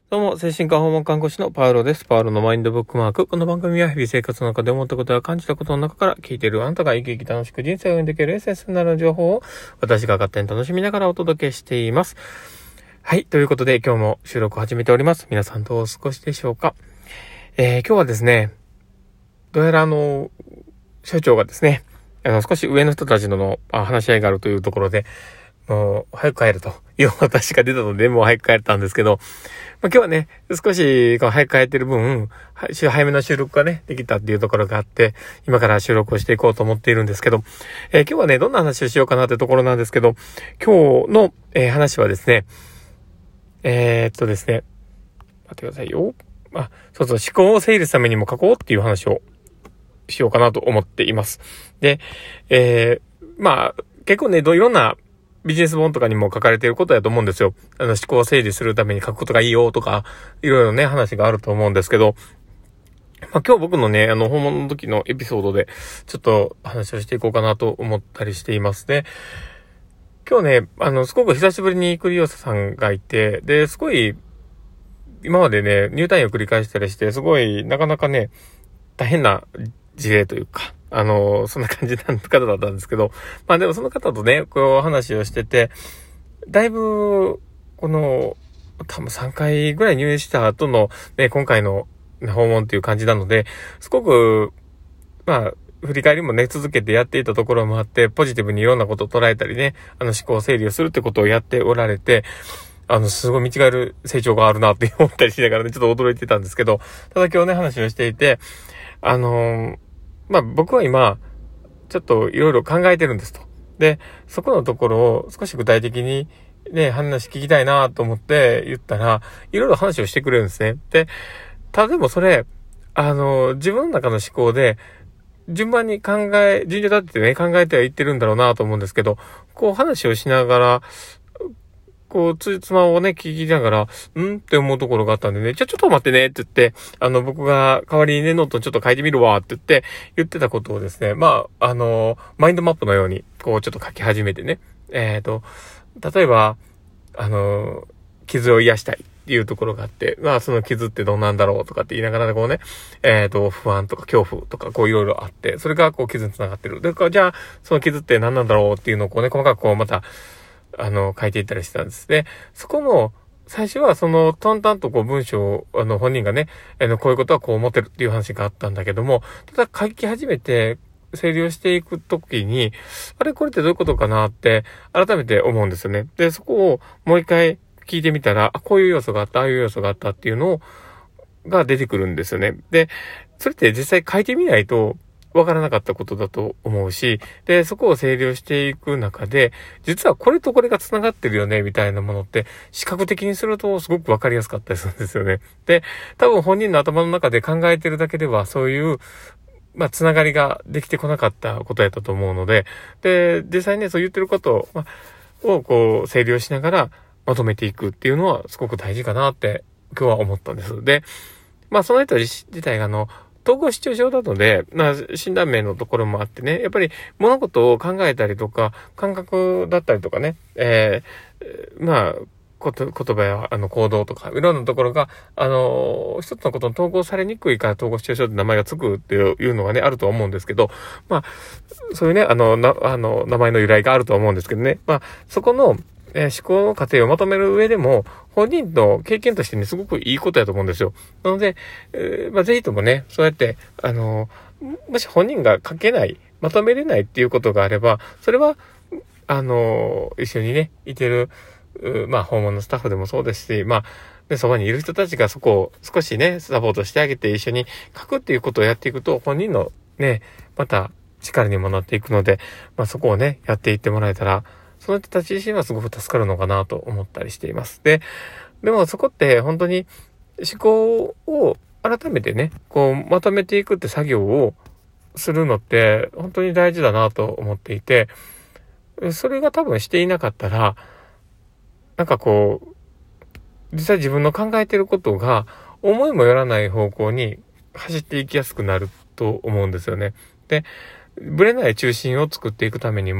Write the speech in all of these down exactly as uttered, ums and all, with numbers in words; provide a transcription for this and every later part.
どうも、精神科訪問看護師のパウロです。パウロのマインドブックマーク。この番組は日々生活の中で思ったことや感じたことの中から聞いているあなたが生き生き楽しく人生を歩んでいけるエッセンスになる情報を私が勝手に楽しみながらお届けしています。はい。ということで今日も収録を始めております。皆さんどうお過ごしでしょうか。えー、今日はですね、どうやらあの、所長がですね、あの、少し上の人たちののあ話し合いがあるというところで、もう、早く帰るという私が出たので、もう早く帰ったんですけど、まあ、今日はね、少し、早く帰ってる分、早めの収録がね、できたっていうところがあって、今から収録をしていこうと思っているんですけど、えー、今日はね、どんな話をしようかなってところなんですけど、今日の、えー、話はですね、えー、っとですね、待ってくださいよ。あ、そうそう、思考を整理するためにも書こうっていう話をしようかなと思っています。で、えー、まあ、結構ね、いろんな、ビジネス本とかにも書かれていることだと思うんですよ。あの思考を整理するために書くことがいいよとか、いろいろね、話があると思うんですけど、まあ、今日僕のね、あの、訪問の時のエピソードで、ちょっと話をしていこうかなと思ったりしていますね。今日ね、あの、すごく久しぶりにクリオサさんがいて、で、すごい、今までね、入退院を繰り返したりして、すごい、なかなかね、大変な事例というか、あの、そんな感じな方だったんですけど、まあでもその方とね、こう話をしてて、だいぶ、この、多分さんかいぐらい入院した後のね、今回の訪問っていう感じなので、すごく、まあ、振り返りもね、続けてやっていたところもあって、ポジティブにいろんなことを捉えたりね、あの思考整理をするってことをやっておられて、あの、すごい見違える成長があるなって思ったりしながらね、ちょっと驚いてたんですけど、ただ今日ね、話をしていて、あのー、まあ僕は今、ちょっといろいろ考えてるんですと。で、そこのところを少し具体的にね、話聞きたいなと思って言ったら、いろいろ話をしてくれるんですね。で、ただでもそれ、あの、自分の中の思考で、順番に考え、順序立ててね、考えてはいってるんだろうなと思うんですけど、こう話をしながら、こう、ついつまをね、聞きながら、んって思うところがあったんでね、じゃあちょっと待ってねって言って、あの、僕が代わりにね、ノートにちょっと書いてみるわって言って、言ってたことをですね、まあ、あの、マインドマップのように、こう、ちょっと書き始めてね、えっと、例えば、あの、傷を癒したいっていうところがあって、まあ、その傷ってどんなんだろうとかって言いながら、こうね、えっと、不安とか恐怖とか、こういろいろあって、それがこう傷につながってる。で、じゃあ、その傷って何なんだろうっていうのをこうね、細かくこう、また、あの、書いていったりしてたんですね。そこも、最初はその、淡々とこう文章を、あの、本人がね、あの、こういうことはこう思ってるっていう話があったんだけども、ただ書き始めて、整理をしていくときに、あれこれってどういうことかなって、改めて思うんですよね。で、そこをもう一回聞いてみたら、あ、こういう要素があった、ああいう要素があったっていうのを、が出てくるんですよね。で、それって実際書いてみないと、わからなかったことだと思うし、で、そこを整理をしていく中で、実はこれとこれが繋がってるよね、みたいなものって、視覚的にするとすごくわかりやすかったりするんですよね。で、多分本人の頭の中で考えてるだけでは、そういう、まあ、繋がりができてこなかったことやったと思うので、で、実際ね、そう言ってることを、まあ、をこう、整理をしながらまとめていくっていうのは、すごく大事かなって、今日は思ったんです。で、まあ、その人自体があの、統合失調症なので、まあ、診断名のところもあってね、やっぱり物事を考えたりとか、感覚だったりとかね、えー、まあ、こと、言葉やあの行動とか、いろんなところが、あのー、一つのことに統合されにくいから統合失調症って名前がつくっていうのがね、あるとは思うんですけど、まあ、そういうね、あの、な、あの、名前の由来があるとは思うんですけどね、まあ、そこの、えー、思考の過程をまとめる上でも、本人の経験としてね、すごくいいことやと思うんですよ。なので、えー、まあ、ぜひともね、そうやって、あのー、もし本人が書けない、まとめれないっていうことがあれば、それは、あのー、一緒にね、いてる、まあ、訪問のスタッフでもそうですし、まあ、で、そばにいる人たちがそこを少しね、サポートしてあげて一緒に書くっていうことをやっていくと、本人のね、また力にもなっていくので、まあ、そこをね、やっていってもらえたら、その人たち自身はすごく助かるのかなと思ったりしています。で、でもそこって本当に思考を改めてね、こうまとめていくって作業をするのって本当に大事だなと思っていて、それが多分していなかったら、なんかこう、実際自分の考えてることが思いもよらない方向に走っていきやすくなると思うんですよね。で、ぶれない中心を作っていくためにも、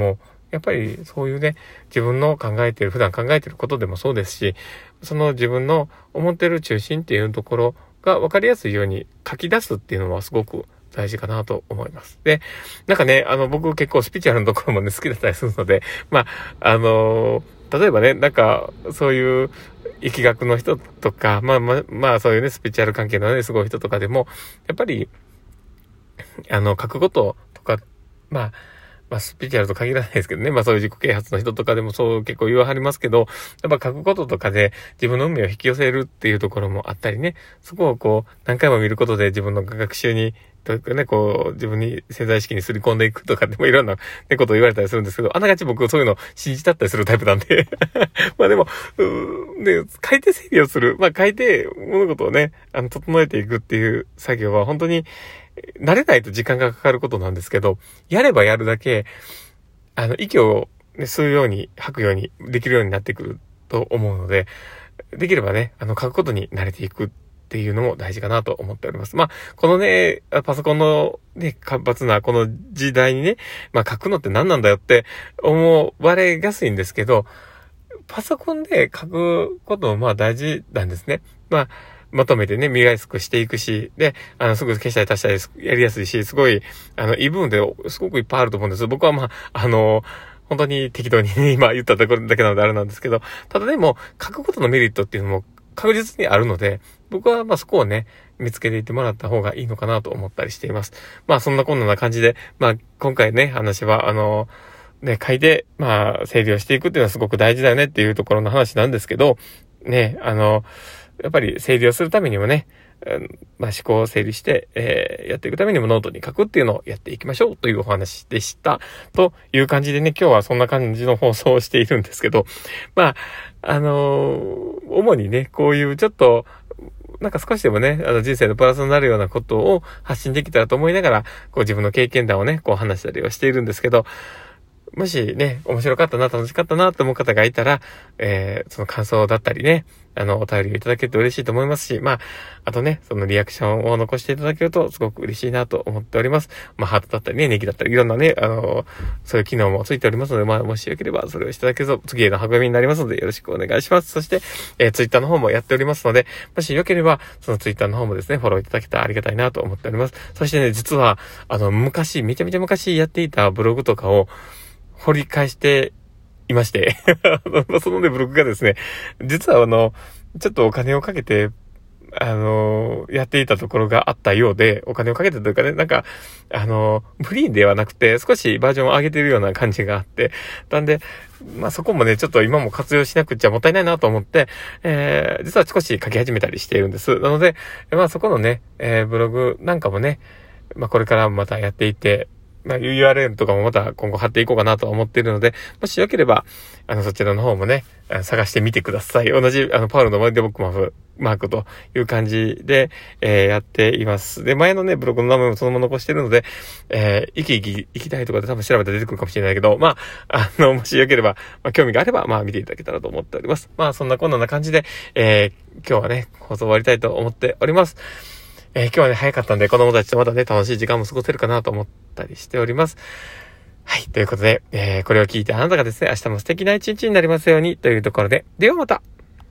やっぱりそういうね、自分の考えてる、普段考えてることでもそうですし、その自分の思ってる中心っていうところが分かりやすいように書き出すっていうのはすごく大事かなと思います。で、なんかね、あの、僕結構スピリチュアルのところもね、好きだったりするので、まあ、あのー、例えばね、なんか、そういう、疫学の人とか、まあまあ、まあそういうね、スピリチュアル関係のね、すごい人とかでも、やっぱり、あの、書くこととか、まあ、まあ、スピリチュアルと限らないですけどね。まあ、そういう自己啓発の人とかでもそう結構言わはりますけど、やっぱ書くこととかで自分の運命を引き寄せるっていうところもあったりね。そこをこう、何回も見ることで自分の学習に、というかね、こう、自分に潜在意識にすり込んでいくとかでもいろんな、ね、ことを言われたりするんですけど、あながち僕そういうの信じたったりするタイプなんで。まあでも、うーね、書いて整理をする。まあ書いて物事をね、あの、整えていくっていう作業は本当に、慣れないと時間がかかることなんですけど、やればやるだけ、あの、息を、ね、吸うように、吐くように、できるようになってくると思うので、できればね、あの、書くことに慣れていくっていうのも大事かなと思っております。まあ、このね、パソコンのね、活発なこの時代にね、まあ、書くのって何なんだよって思われやすいんですけど、パソコンで書くこともまあ大事なんですね。まあ、まとめてね、見やすくしていくし、で、あの、すぐ消したり足したりやりやすいし、すごい、あの、いい部分ですごくいっぱいあると思うんです。僕はまあ、あの、本当に適当にね、今言ったところだけなのであれなんですけど、ただでも、書くことのメリットっていうのも確実にあるので、僕はまあそこをね、見つけていってもらった方がいいのかなと思ったりしています。まあ、そんなこんな感じで、まあ、今回ね、話は、あの、ね、書いて、まあ、整理をしていくっていうのはすごく大事だよねっていうところの話なんですけど、ね、あの、やっぱり整理をするためにもね、うん、まあ、思考を整理して、えー、やっていくためにもノートに書くっていうのをやっていきましょうというお話でした。という感じでね、今日はそんな感じの放送をしているんですけど、まあ、あのー、主にね、こういうちょっと、なんか少しでもね、あの人生のプラスになるようなことを発信できたらと思いながら、こう自分の経験談をね、こう話したりをしているんですけど、もしね、面白かったな、楽しかったなと思う方がいたら、えー、その感想だったりね、あの、お便りをいただけると嬉しいと思いますし、まあ、あとね、そのリアクションを残していただけるとすごく嬉しいなと思っております。まあ、ハートだったりね、ネギだったり、いろんなね、あの、そういう機能もついておりますので、まあ、もしよければそれをしていただけると次への励みになりますので、よろしくお願いします。そして、えー、ツイッターの方もやっておりますので、もしよければ、そのツイッターの方もですね、フォローいただけたらありがたいなと思っております。そしてね、実は、あの、昔、めちゃめちゃ昔やっていたブログとかを、掘り返していまして、そのね、ブログがですね、実はあの、ちょっとお金をかけて、あの、やっていたところがあったようで、お金をかけてというかね、なんか、あの、フリーではなくて、少しバージョンを上げているような感じがあって、なんで、まあ、そこもね、ちょっと今も活用しなくちゃもったいないなと思って、えー、実は少し書き始めたりしているんです。なので、まあ、そこのね、えー、ブログなんかもね、まあ、これからまたやっていって、まあ、ユーアールエル とかもまた今後貼っていこうかなと思っているので、もしよければ、あの、そちらの方もね、探してみてください。同じ、あの、パウロのマインドブックマフ、マークという感じで、えー、やっています。で、前のね、ブログの名前もそのまま残してるので、えー、生き生き、生きたいとかで多分調べたら出てくるかもしれないけど、まあ、あの、もしよければ、まあ、興味があれば、まあ、見ていただけたらと思っております。まあ、そんなこんな感じで、えー、今日はね、放送終わりたいと思っております。えー、今日はね、早かったんで、子供たちとまたね、楽しい時間も過ごせるかなと思ったりしております。はい。ということで、えー、これを聞いてあなたがですね、明日も素敵な一日になりますようにというところで、ではまた。